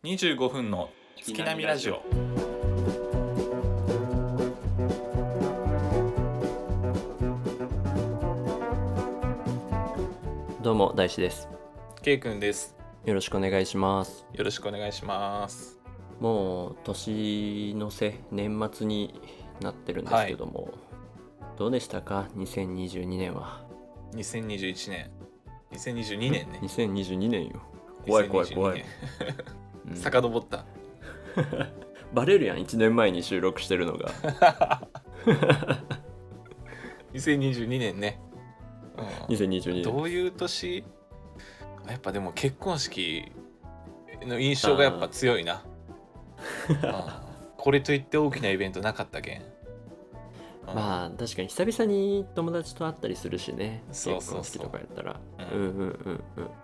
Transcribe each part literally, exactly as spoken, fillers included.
にじゅうごふんの月並みラジオ。 どうも大志です。 K 君です。 よろしくお願いします。 よろしくお願いします。 もう年の瀬年末になってるんですけども、はい、どうでしたかにせんにじゅうにねんは。 にせんにじゅういちねんにせんにじゅうにねんね。 にせんにじゅうにねんよ。怖い怖い怖い。 遡ったバレるやん、いちねんまえに収録してるのがにせんにじゅうにねんね、 うん、にせんにじゅうにねんどういう年。やっぱでも結婚式の印象がやっぱ強いなあこれといって大きなイベントなかったけん。 まあ確かに久々に友達と会ったりするしね。 そうそうそう、 結婚式とかやったら、 うん、 うんうんうんうんうん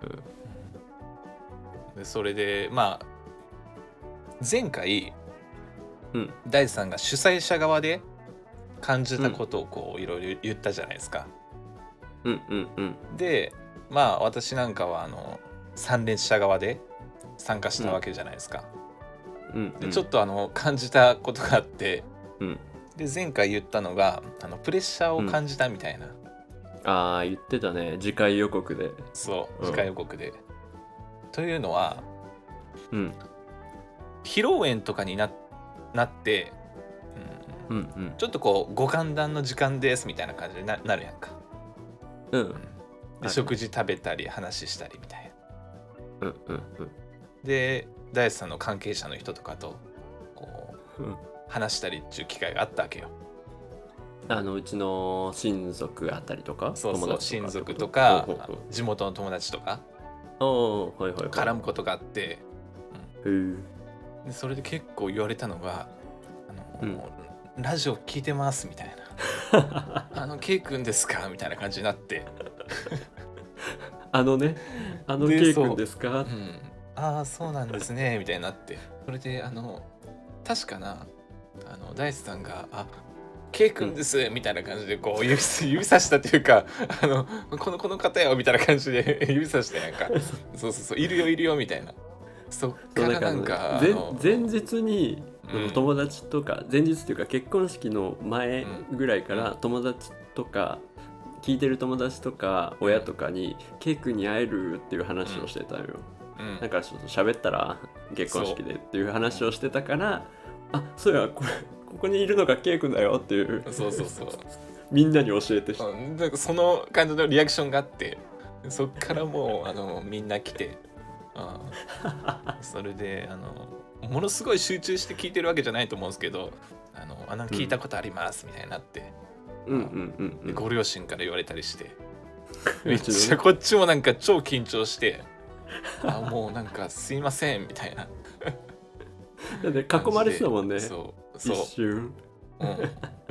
でそれでまあ前回、 うん、 大地さんが主催者側で感じたことをこういろいろ言ったじゃないですか。 うんうんうん。 でまあ私なんかはあの参列者側で参加したわけじゃないですか。 うんうんうん、 でちょっとあの感じたことがあって、 うん、 で前回言ったのがあのプレッシャーを感じたみたいな、うん、 ああ言ってたね、次回予告で。 そう次回予告で、うん、というのは、 うん、 披露宴とかに な, なって、うんうんうん、ちょっとこうご歓談の時間ですみたいな感じに な, なるやんか。 うん、 で食事食べたり話したりみたいな、うんうんうん、 で大地さんの関係者の人とかとこう、うん、話したりっていう機会があったわけよ。 あのうちの親族あたりとか、 そうそう、 友達親族とか地元の友達とかおー、はいはいはい、 絡むことがあって、 うん、 でそれで結構言われたのがあの、うん、ラジオ聞いてますみたいなあの K 君ですかみたいな感じになってあのねあの K 君ですか、 うん、ああそうなんですねみたいになって、それであの確かなあの大地さんがあK 君です、うん、みたいな感じでこう 指, 指さしたというかあのこのこの方よみたいな感じで指さしてなんかそうそうそういるよいるよみたいな。そっからなんか前日に友達とか、うん、前日というか結婚式の前ぐらいから友達とか、うん、聞いてる友達とか親とかに K 君に会えるっていう話をしてたよ、うん、なんかちょっと喋ったら結婚式でっていう話をしてたから、あ、そうやこれここにいるのが K 君だよっていう、 そうそうそうみんなに教えて、 うん、なんかその感じのリアクションがあって、そっからもうあのみんな来て、あそれであのものすごい集中して聞いてるわけじゃないと思うんですけど、あのあの聞いたことありますみたいになって、 うんうんうんうん、 でご両親から言われたりしてめっちゃこっちもなんか超緊張してあもうなんかすいませんみたいなだって囲まれてたもんね。 そうそう一瞬、 うん、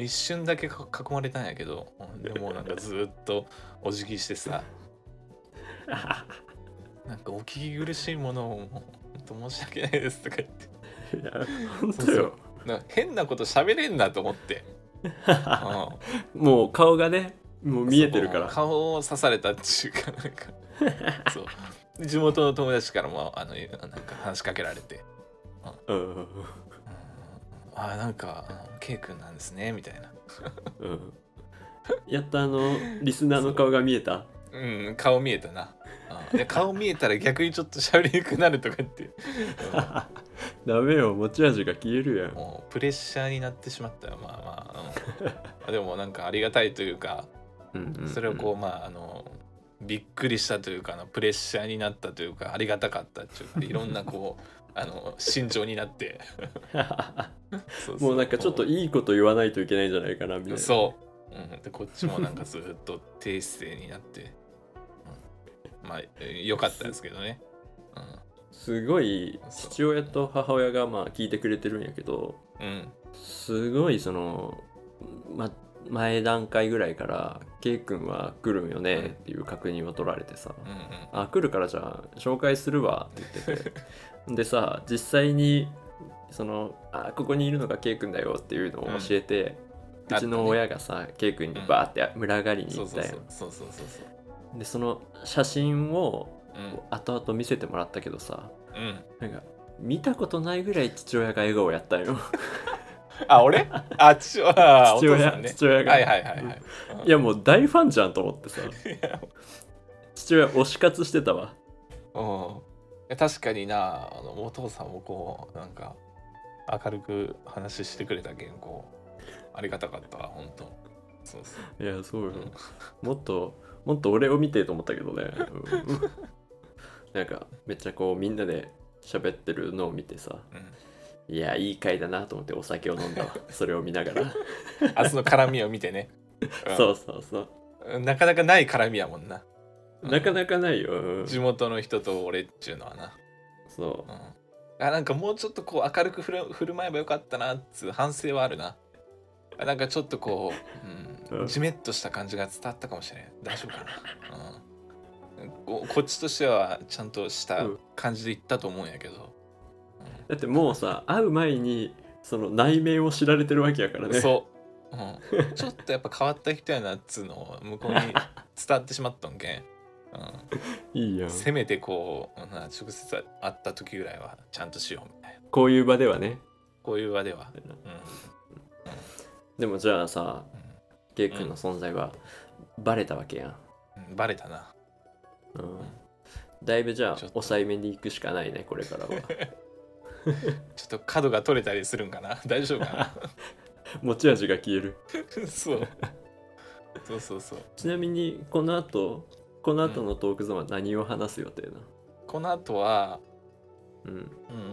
一瞬だけ囲まれたんやけど、でもなんかずっとお辞儀してさなんかお聞き苦しいものを本当申し訳ないですとか言って、 いや本当よ、そうそうなんか変なこと喋れんなと思って、 うん、もう顔がねもう見えてるから、 顔を刺されたっていうかなんかそう地元の友達からもあのなんか話しかけられて、うんうん、あなんか K 君なんですねみたいな、 うん、やっとあのリスナーの顔が見えた。 う、うん、顔見えたな。いや顔見えたら逆にちょっと喋りにくくなるとか言って、うん、 ダメよ、持ち味が消えるやん。 もうプレッシャーになってしまったよ。まあまあ、うん、でもなんかありがたいというかうんうん、うん、それをこうまああのびっくりしたというかプレッシャーになったというかありがたかったっていうかいろんなこうあの心情になってそうそうもうなんかちょっといいこと言わないといけないんじゃないかなみたいな。 そう、うん、でこっちもなんかずっと低姿勢になって、うん、まあ良かったですけどね、うん、 すごい父親と母親がまあ聞いてくれてるんやけど、うん、すごいその、ま、前段階ぐらいから K 君は来るんよねっていう確認を取られてさ、うんうん、あ来るからじゃあ紹介するわって言っててでさ実際にそのあここにいるのが K 君だよっていうのを教えて、うん、うちの親がさ、ね、K 君にバーって群がりに行ったよ。でその写真を後々見せてもらったけどさ、うん、なんか見たことないぐらい父親が笑顔やったんよ。 あ、俺あ、父親、 父親お父さんね。 父親が、 はいはいはいはい。 うん、いやもう大ファンじゃんと思ってさ。父親推し活してたわ。 うん、確かにな、あのお父さんもこうなんか明るく話してくれたけん、こうありがたかったわ、ほんと。そうそう。 いやそうよ、うん、もっともっと俺を見てと思ったけどね、うん、なんかめっちゃこうみんなで喋ってるのを見てさ、うん、いやいい回だなと思ってお酒を飲んだわ。それを見ながらあ、その絡みを見てね、 うん、そうそうそう、 なかなかない絡みやもんな。 なかなかないよ、うん、 地元の人と俺っちゅうのはな。 そう、 うん、あ、なんかもうちょっとこう明るく振る、振る舞えばよかったなっつう反省はあるな。なんかちょっとこう、うん、じめっとした感じが伝わったかもしれない。大丈夫かな、うん、こ, こっちとしてはちゃんとした感じで言ったと思うんやけど、うん、 だってもうさ会う前にその内面を知られてるわけやからね。 そう、うん、ちょっとやっぱ変わった人やなっつうのを向こうに伝わってしまったんけん、 うん、いいやん。 せめてこう直接会った時ぐらいはちゃんとしようみたいな。 こういう場ではね。 こういう場では、うん、 でもじゃあさ、ケイ君の存在はバレたわけやん、 うん、バレたな、 うん、だいぶじゃあ抑えめに行くしかないねこれからは。 ちょっと角が取れたりするんかな、大丈夫かな。 持ち味が消える。 そうそうそうそう。 ちなみにこの後この後のトークゾーンは何を話す予定な、うん、 この後はうん、うん、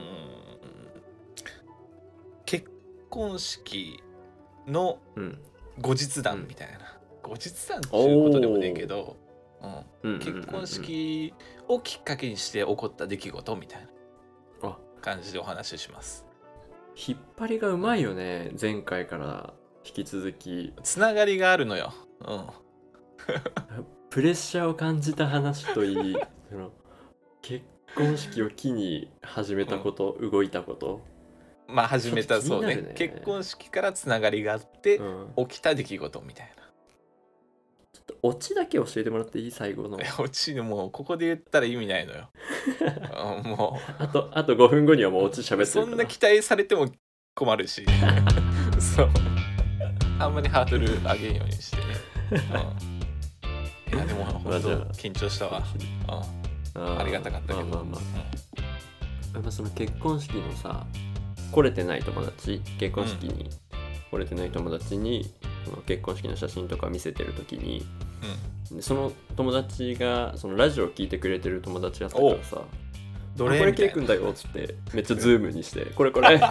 結婚式の後日談みたいな、うん、後日談っていうことでもねえけど、うん、結婚式をきっかけにして起こった出来事みたいな感じでお話しします。 引っ張りがうまいよね、前回から引き続きつながりがあるのよ、うん、 プレッシャーを感じた話といいその結婚式を機に始めたこと、うん、動いたこと、 まあ始めた、そうね、結婚式からつながりがあって、うん、起きた出来事みたいな。 ちょっとオチだけ教えてもらっていい、最後の。 オチのもうここで言ったら意味ないのよ。もうあとあとごふんごにはもうオチ喋ってるから。 そんな期待されても困るし。そうあんまりハードル上げんようにしてね、うん、いやでも本当緊張したわ、うん、ありがたかったけど、まあまあまあ、 うん、やっぱその結婚式のさ来れてない友達、結婚式に来れてない友達に、うん、その結婚式の写真とか見せてる時に、うん、でその友達がそのラジオを聞いてくれてる友達やったからさ、どれこれケイ君だよっつってめっちゃズームにしてこれこれ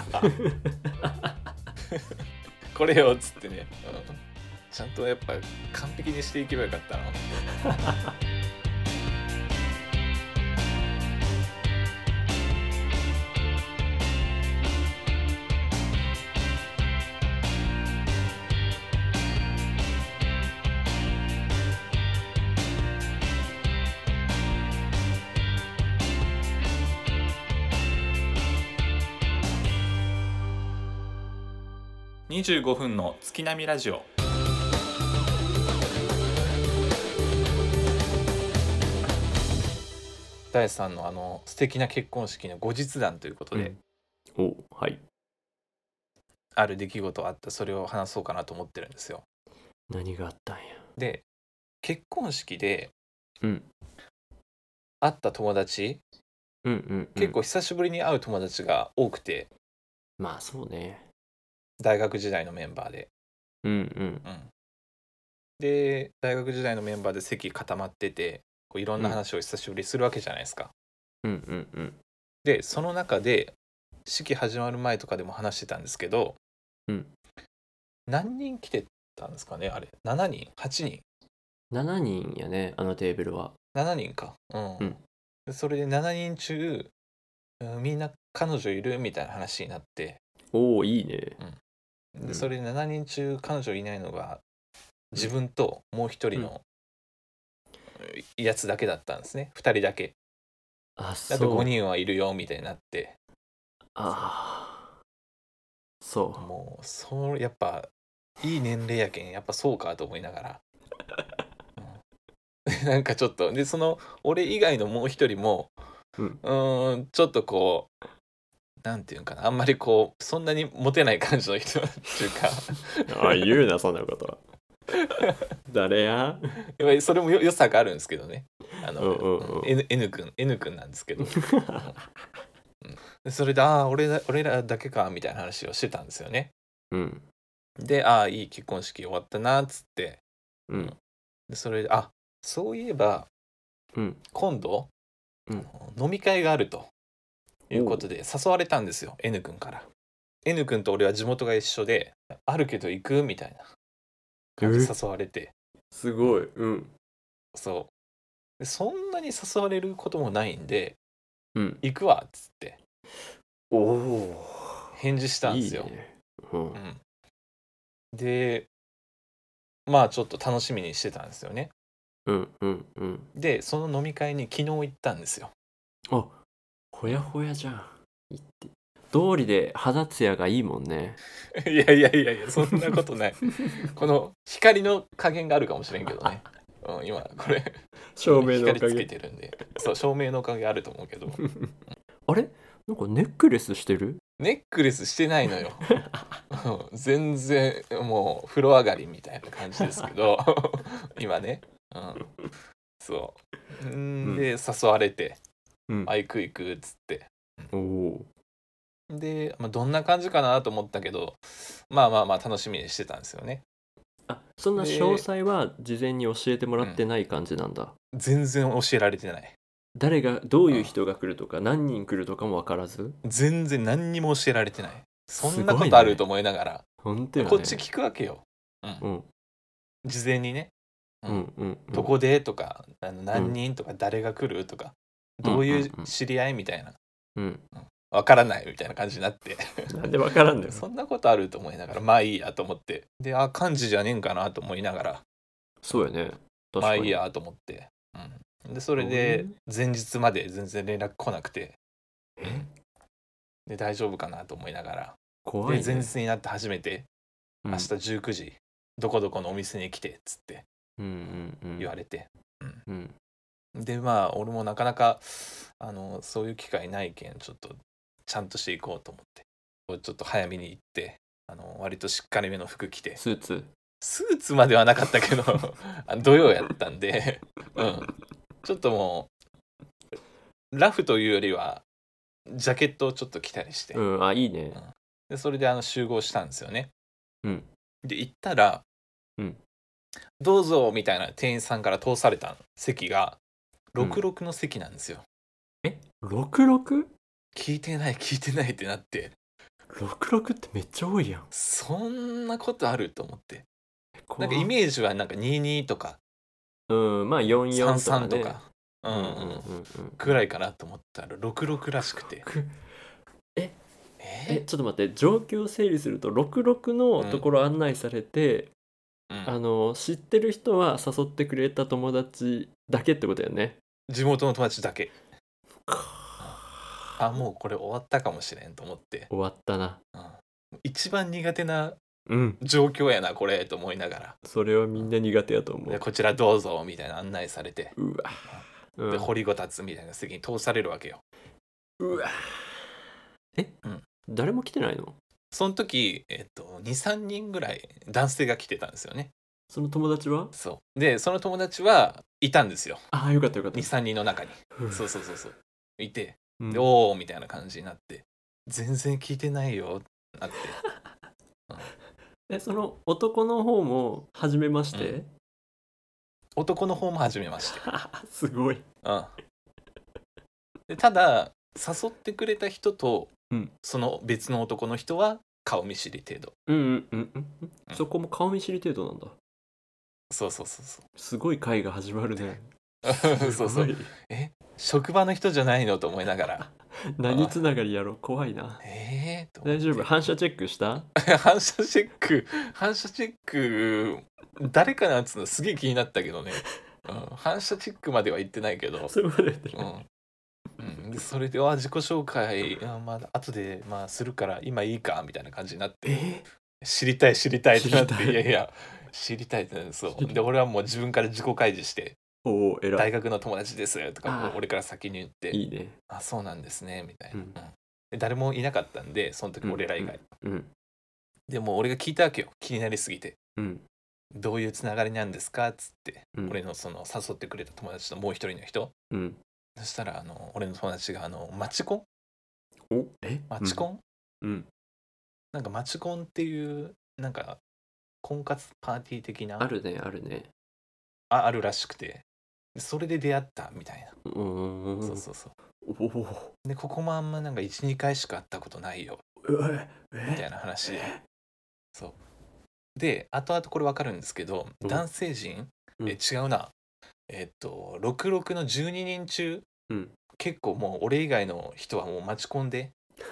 これよっつってね、うん、ちゃんとやっぱ完璧にしていけばよかったな。にじゅうごふんの月並みラジオ。大地さんのあの素敵な結婚式の後日談ということで、 うん、お、はい、 ある出来事あった、それを話そうかなと思ってるんですよ。 何があったんや。 で、結婚式で、 うん、 会った友達、 うんうんうん、 結構久しぶりに会う友達が多くて、 まあそうね、 大学時代のメンバーで、 うんうんうん、 で大学時代のメンバーで席固まってて、こういろんな話を久しぶりにするわけじゃないですか、 うんうんうん、 でその中で式始まる前とかでも話してたんですけど、 うん、 何人来てたんですかね、あれななにんはちにんななにんやね、あのテーブルはななにんか、うん、うん、でそれでしちにん中、うん、みんな彼女いるみたいな話になって、 おおいいね、 うん、でそれでしちにん中彼女いないのが自分ともう一人のやつだけだったんですね、ふたりだけ。 あ、そう。 あとごにんはいるよみたいになって、 ああ、そうもうそうやっぱいい年齢やけんやっぱそうかと思いながら、うん、なんかちょっとでその俺以外のもう一人も、うん、うーんちょっとこうなんていうかな、あんまりこうそんなにモテない感じの人っていうかああ言うなそんなことは誰ややっぱりそれもよ良さがあるんですけどね。あの、 うんうんうん、 N, N 君 N 君なんですけど、うんでそれでああ俺だ俺らだけかみたいな話をしてたんですよね。 うんでああいい結婚式終わったなっつって、 うんでそれであそういえばうん今度、 うんあの飲み会があるということで誘われたんですよ N 君から。 N 君と俺は地元が一緒であるけど行くみたいな感じで誘われて、 すごいうんそうでそんなに誘われることもないんでうん行くわっつっておお返事したんですよ。 いいねうんうん、でまあちょっと楽しみにしてたんですよね。 うんうんうんでその飲み会に昨日行ったんですよ。 あほやほやじゃん言って通りで肌ツヤがいいもんねいやいやいやいやそんなことないこの光の加減があるかもしれんけどね、うん、今これ照明のおか光つけげてるんでそう照明のおかげあると思うけどあれなんかネックレスしてるネックレスしてないのようん全然もう風呂上がりみたいな感じですけど今ね、うん、そうんで、誘われてうんあ行く行くっつっておおで、まあ、どんな感じかなと思ったけどまあまあまあ楽しみにしてたんですよね。 あそんな詳細は事前に教えてもらってない感じなんだ、 全然教えられてない。 誰がどういう人が来るとか何人来るとかも分からず全然何にも教えられてない。そんなこすごいねとあると思いながら、 本当よねこっち聞くわけよ、うんうん事前にね、 うんうんうんどこでとかあの何人とか誰が来るとか、どういう知り合いみたいな、 うんわからないみたいな感じになってなんで分からんだよそんなことあると思いながらまあいいやと思って、であ漢字じゃねえんかなと思いながらそうやね確まかにあいいやと思って、うん、でそれで前日まで全然連絡来なくてえで大丈夫かなと思いながら、 怖いねで前日になって初めてうん明日じゅうくじどこどこのお店に来てっつってうんうんうん言われて、 うんでまあ俺もなかなかあのそういう機会ないけんちょっとちゃんとしていこうと思ってちょっと早めに行ってあの割としっかりめの服着てスーツスーツまではなかったけどあの土曜やったんで、うん、ちょっともうラフというよりはジャケットをちょっと着たりして、 うんあいいねでそれであの集合したんですよね。 うんで行ったら、 うん、 どうぞみたいな店員さんから通された席がろくろくの席なんですよ、 うん、え ろくろく？ 聞いてない聞いてないってなって、 ろくろくってめっちゃ多いやん。 そんなことあると思って、なんかイメージはなんかにじゅうにとかうんまあよんじゅうよんとか、ね、 さんじゅうさんとかうんうんうんくらいかなと思ったらろくろくらしくてええちょっと待って状況を整理するとろくろくのところ案内されて、うん、あの知ってる人は誘ってくれた友達だけってことだよね。 地元の友達だけあもうこれ終わったかもしれんと思って終わったな、 うん、一番苦手なうん状況やなこれと思いながら、 それはみんな苦手やと思う。 でこちらどうぞみたいな案内されて、 うわ、 うん、で掘りごたつみたいな席に通されるわけよ。 うわえ、うん、誰も来てないの？ その時、えっと、にさんにんぐらい男性が来てたんですよね。 その友達は？ そうでその友達はいたんですよ。 ああよかったよかった。 にさんにんの中にそうそうそうそういて、 うん、 でおーみたいな感じになって全然聞いてないよってなって、 うん、えその男の方も初めまして、うん、 男の方も初めましてすごい、 うん、でただ誘ってくれた人と、うん、その別の男の人は顔見知り程度。 うんうんうんうん、うん、そこも顔見知り程度なんだ。 そうそうそうそうすごい会が始まるねそうそうえ職場の人じゃないのと思いながら何つながりやろ怖いな。 えー、 大丈夫反射チェックした反射チェック反射チェック誰かなっつうのすげえ気になったけどね、うん、反射チェックまでは言ってないけどそれまで言ってない、 うんうん、でそれであ自己紹介あ、まあ後で、まあ、するから今いいかみたいな感じになって、えー、知りたい知りたいってなっていやいや知りたいってなってそうで俺はもう自分から自己開示してお偉い大学の友達ですとか俺から先に言っていいねあそうなんですねみたいな、うん誰もいなかったんでその時俺ら以外、 うんうん、 でも俺が聞いたわけよ、気になりすぎて、 うん、 どういうつながりなんですかっつって、 うん、 俺のその誘ってくれた友達ともう一人の人、 うん、 そしたらあの俺の友達があのマチコンおえマチコン、 うん、 なんかマチコンっていうなんか婚活パーティー的なあるねあるねああるらしくて、それで出会ったみたいな。 うーんそうそうそう。 おおでここもあんまなんかいちにかいしか会ったことないよえみたいな話で、そうで後々これ分かるんですけど、 うん男性陣、 うんえ違うな、えっとろくろくのじゅうににん中、 うん、 結構もう俺以外の人はもう待ち込んで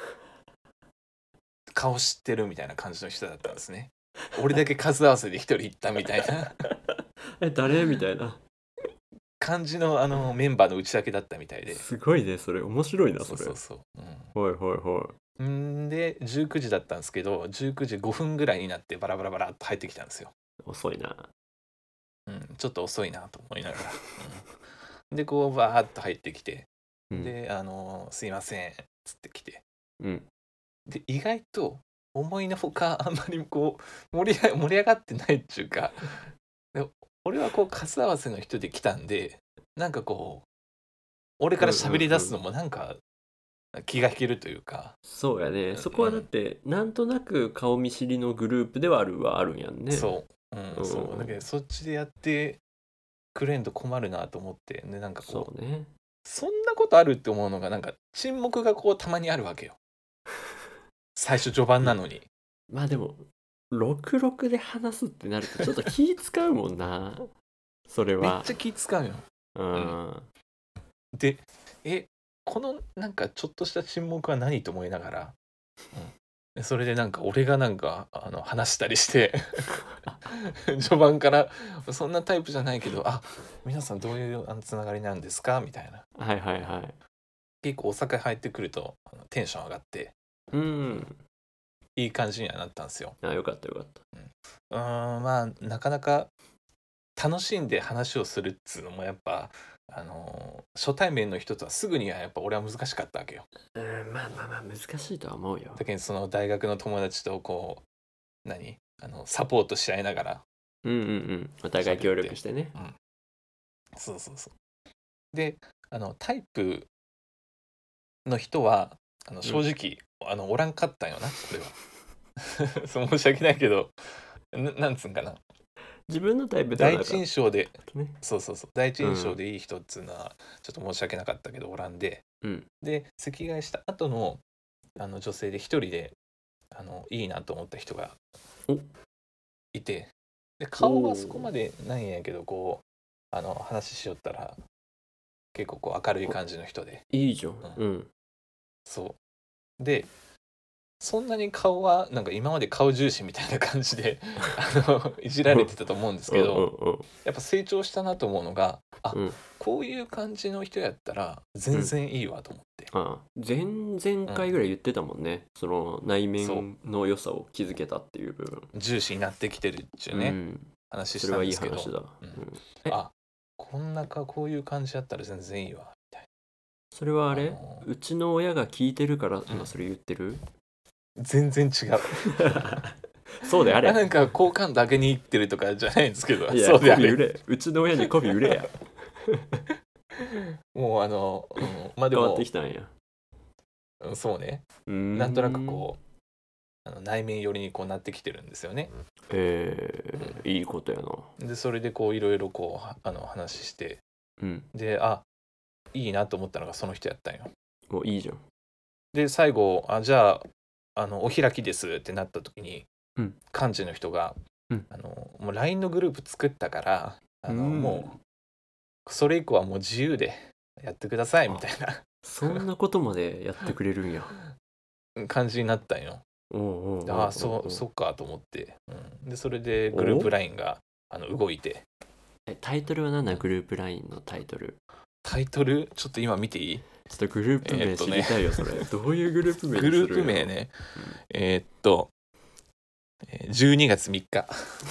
顔知ってるみたいな感じの人だったんですね。俺だけ数合わせで一人行ったみたいなえ誰みたいな感じのあのメンバーの内訳だったみたいで、 すごいねそれ面白いなそれそうそうそう、うん、 はいはいはんでじゅうくじだったんですけどじゅうくじごふんぐらいになってバラバラバラっと入ってきたんですよ。 い遅いなうん、ちょっと遅いなと思いながら、うん、でこうバーッと入ってきて、 うんであのすいませんっつってきて、 うん、 で意外と思いのほかあんまりこう盛り上盛り上がってないっていうか、で俺はこう数合わせの人で来たんでなんかこう俺から喋り出すのもなんか気が引けるというか、 そうやね、 うん、 そこはだってなんとなく顔見知りのグループではあるはあるんやんね。 そう、うん、 うん、 そうだけどそっちでやってくれんと困るなと思って、でなんかこうそうねそんなことあるって思うのがなんか沈黙がこうたまにあるわけよ最初序盤なのに。 まあでもろくろくで話すってなるとちょっと気使うもんなそれはめっちゃ気使うよ。 うん、うん、 でえこのなんかちょっとした沈黙は何と思いながら、うん、それでなんか俺がなんかあの話したりして序盤からそんなタイプじゃないけど、あ皆さんどういうあのつながりなんですかみたいな、 はいはいはい結構お酒入ってくるとあのテンション上がってうんいい感じにはなったんですよ。 あよかったよかった、 うん、うんまあなかなか楽しんで話をするっつうのもやっぱあのー初対面の人とはすぐにはやっぱ俺は難しかったわけよ。 うんまあまあまあ難しいとは思うよ。 だけどその大学の友達とこう何あのサポートし合いながらうんうんうんお互い協力してね。 うん、そうそうそう。であのタイプの人はあの正直、うん、あのおらんかったんよなこれはそう申し訳ないけど な, なんつうんかな自分のタイプ第一印象で、 ね、 そうそうそう第一印象でいい人っつうのはちょっと申し訳なかったけどおらんで、 うん、 で席替えした後のあの女性で一人であのいいなと思った人がいて、で顔はそこまでないんやけどこうあの話しよったら結構こう明るい感じの人でいいじゃん、 うん、 うん、 そうでそんなに顔はなんか今まで顔重視みたいな感じであのいじられてたと思うんですけど、 うんうんうん、 やっぱ成長したなと思うのがあ、 うん、 こういう感じの人やったら全然いいわと思って、 うん、あ前々回ぐらい言ってたもんね、うん、その内面の良さを気づけたっていう部分重視になってきてるっていうね、うん、話したんですけど、 それはいい話だ、 うん、あこんなかこういう感じやったら全然いいわみたいな。 それはあれ、あのー、うちの親が聞いてるから今それ言ってる、 うん全然違うそうであれなんか好感度上げに行ってるとかじゃないんですけど、 いやそうであれ売れうちの親に媚び売れやもうあの、うん、まあでも変わってきたんやそうねんなんとなくこうあの内面寄りにこうなってきてるんですよね。 えーうん、いいことやな。 でそれでこういろいろこうあの話して、 うん、 であいいなと思ったのがその人やったんよ。 もういいじゃん。 で最後あじゃああのお開きですってなった時に、 うん、 幹事の人が、 うん、 あのもう ライン のグループ作ったからあの、うん、もうそれ以降はもう自由でやってくださいみたいなそんなことまでやってくれるんや感じになったんよ。 おうおうおうおうああそそっかと思って、うん、でそれでグループ ライン があの動いて。 えタイトルは何だグループ ライン のタイトル。 タイトルちょっと今見ていい？ ちょっとグループ名知りたいよ、えー、それどういうグループ名にする？ グループ名ね、うん、えー、っとじゅうにがつみっか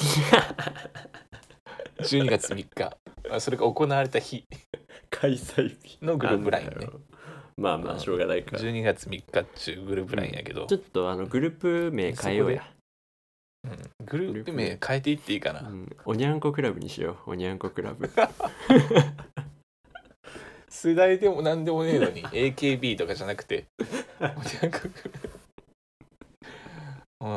じゅうにがつみっかそれが行われた日開催日のグループ ライン ね。 まあまあしょうがないか。 じゅうにがつみっかっちゅうグループラインやけど、 うん、ちょっとあのグループ名変えようや。 うん、グループ名変えていっていいかな、 うん、おにゃんこクラブにしよう。おにゃんこクラブ世代でもなんでもねえのにエーケービー とかじゃなくておにゃんこクラブうん、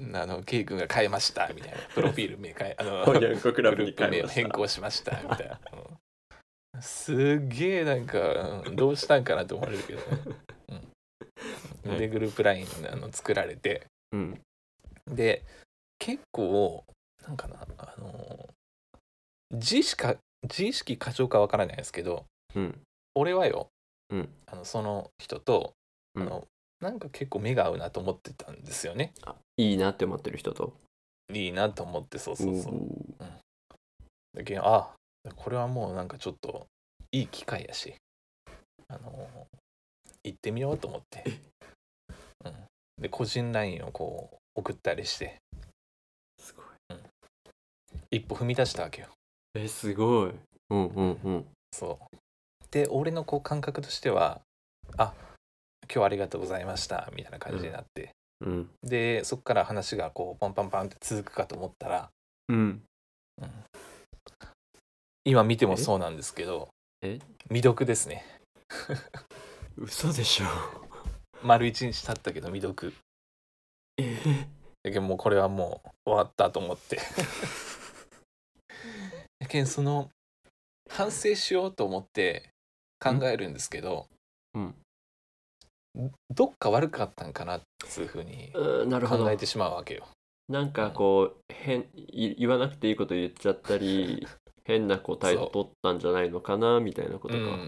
あの K 君が変えましたみたいな、プロフィール名変えあのおにゃんこクラブに変えました、 変更しましたみたいな、うん、すっげえなんか、うん、どうしたんかなと思われるけど、うん、でグループラインあの作られて、 うん、 で結構なんかなあの自意識か自意識過剰かわからないですけど、 うん、 俺はよ、 うん、 あのその人と、 うん、 あのなんか結構目が合うなと思ってたんですよね。 あ、いいなって思ってる人といいなと思って、そうそうそう、うん、 うだけどあこれはもうなんかちょっといい機会やし、あの行ってみようと思って、うん、で個人 ライン をこう送ったりして、 すごい、 うん、一歩踏み出したわけよ。 えすごい、うんうんうん、 そうで俺のこう感覚としては、あ今日ありがとうございましたみたいな感じになって、 うん、 でそこから話がこうパンパンパンって続くかと思ったら、 うん、 うん、今見てもそうなんですけど、 え未読ですね嘘でしょ丸一日経ったけど未読。 えだけどもうこれはもう終わったと思ってだけどその反省しようと思って考えるんですけど、 うん、 どっか悪かったんかなっていうふうに考えてしまうわけよ。 なんかこう、うん、変言わなくていいこと言っちゃったり変な答え取ったんじゃないのかなみたいなことか。うん、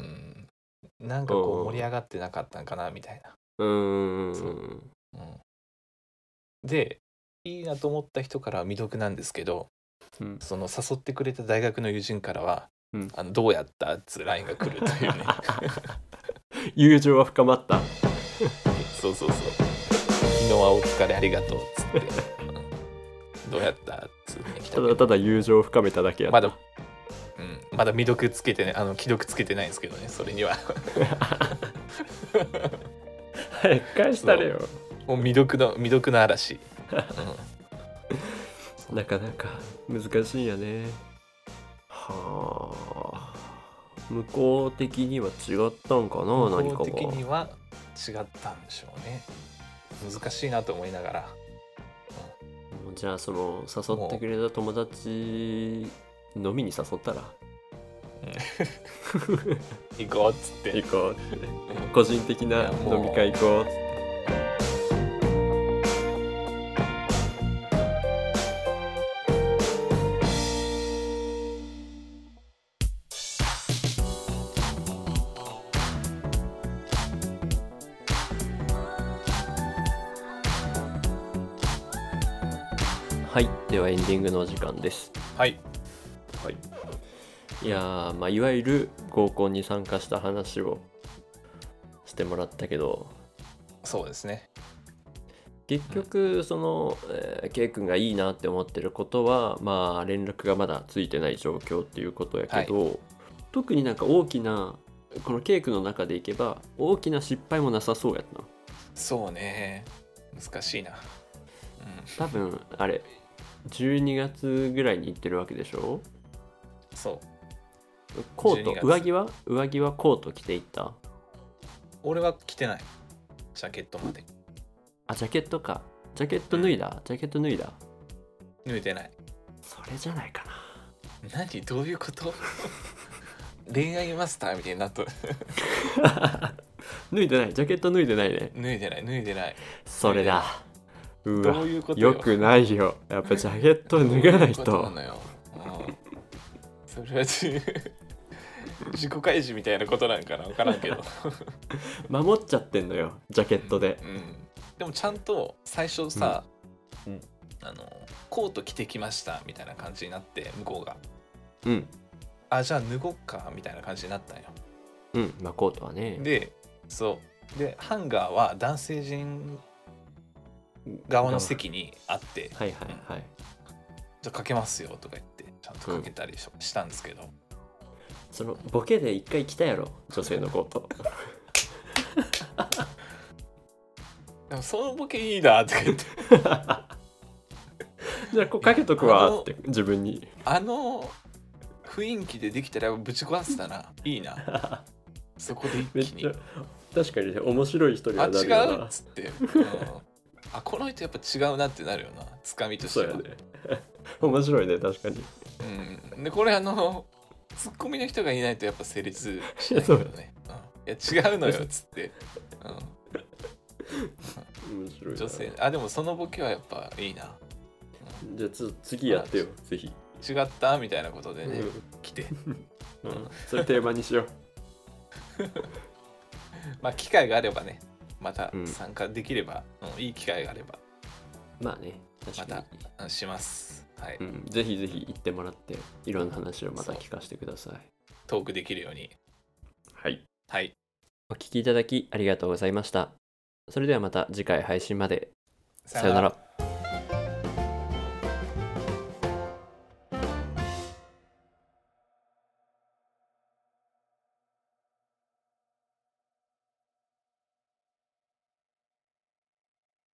なんかこう盛り上がってなかったんかなみたいな。 うん、 そう、うん、でいいなと思った人からは未読なんですけど、うん、その誘ってくれた大学の友人からは、うん、あのどうやったっつう ライン が来るというね友情は深まったそうそうそう、昨日はお疲れありがとうっつって、うん、どうやったっつって来た。 ただただ友情を深めただけやった。 まだ、うん、まだ未読つけてね、あの既読つけてないんですけどね、それには早く返したれよ。 もう未読の未読の嵐、 うん、なかなか難しいんやね。はあ、向こう的には違ったんかな、何かが。 向こう的には違ったんでしょうね。難しいなと思いながら、 うん、じゃあその誘ってくれた友達飲みに誘ったら、 うん、行こうっつって行こうって個人的な飲み会行こうっつって。はい、ではエンディングのお時間です。 はい、はい、 いやー、まあ、いわゆる合コンに参加した話をしてもらったけど、 そうですね、 結局その、えー、K 君がいいなって思ってることは、まあ連絡がまだついてない状況っていうことやけど、はい、特になんか大きなこの K 君の中でいけば大きな失敗もなさそうやった。 そうね、難しいな、うん、 多分あれじゅうにがつぐらいに行ってるわけでしょ。 そうコート上着は上着はコート着ていった。 俺は着てない、ジャケットまで。 あ、ジャケットか。ジャケット脱いだ、うん、ジャケット脱いだ脱いでない。 それじゃないかな。何どういうこと恋愛マスターみたいになっとる脱いでない、ジャケット脱いでないね。 脱いでない脱いでない。 それだ。 うわ、どういうことよ。 よくないよ。やっぱジャケット脱がないと。 そうなのよ、うん、それは自己開示みたいなことなんかな、分からんけど守っちゃってんのよ、ジャケットで、 うんうん、でもちゃんと最初さ、うん、あのコート着てきましたみたいな感じになって、向こうが、 うん、 あじゃあ脱ごっかみたいな感じになったんよ。 うん、まあコートはね。 でそうでハンガーは男性陣側の席にあって、 はいはいはい、 じゃあかけますよとか言ってちゃんとかけたり し,、うん、したんですけど、 そのボケで一回着たやろ、女性のコートでもそのボケいいなとか言ってじゃあこうかけとくわって自分にあの雰囲気でできたらぶち壊せたないいなそこで一気に確かにね面白い人にはなるよな。 あ違うっつって、うん、あこの人やっぱ違うなってなるよなつかみとしては。 そうやね面白いね確かに。 うんでこれあのツッコミの人がいないとやっぱ成立しないけどね、うん、いや違うのよっつって、 うん、面白い女性あでもそのボケはやっぱいいな、 うん、じゃあつ次やってよぜひ。 違ったみたいなことでね、 うん、 来て、 うん、それテーマにしようまあ機会があればねまた参加できれば、うん、いい機会があればまあね確かにまたします、はい、 うん、ぜひぜひ行ってもらっていろんな話をまた聞かせてください。 トークできるように。 はいはい。 お聞きいただきありがとうございました。それではまた次回配信まで。さよなら。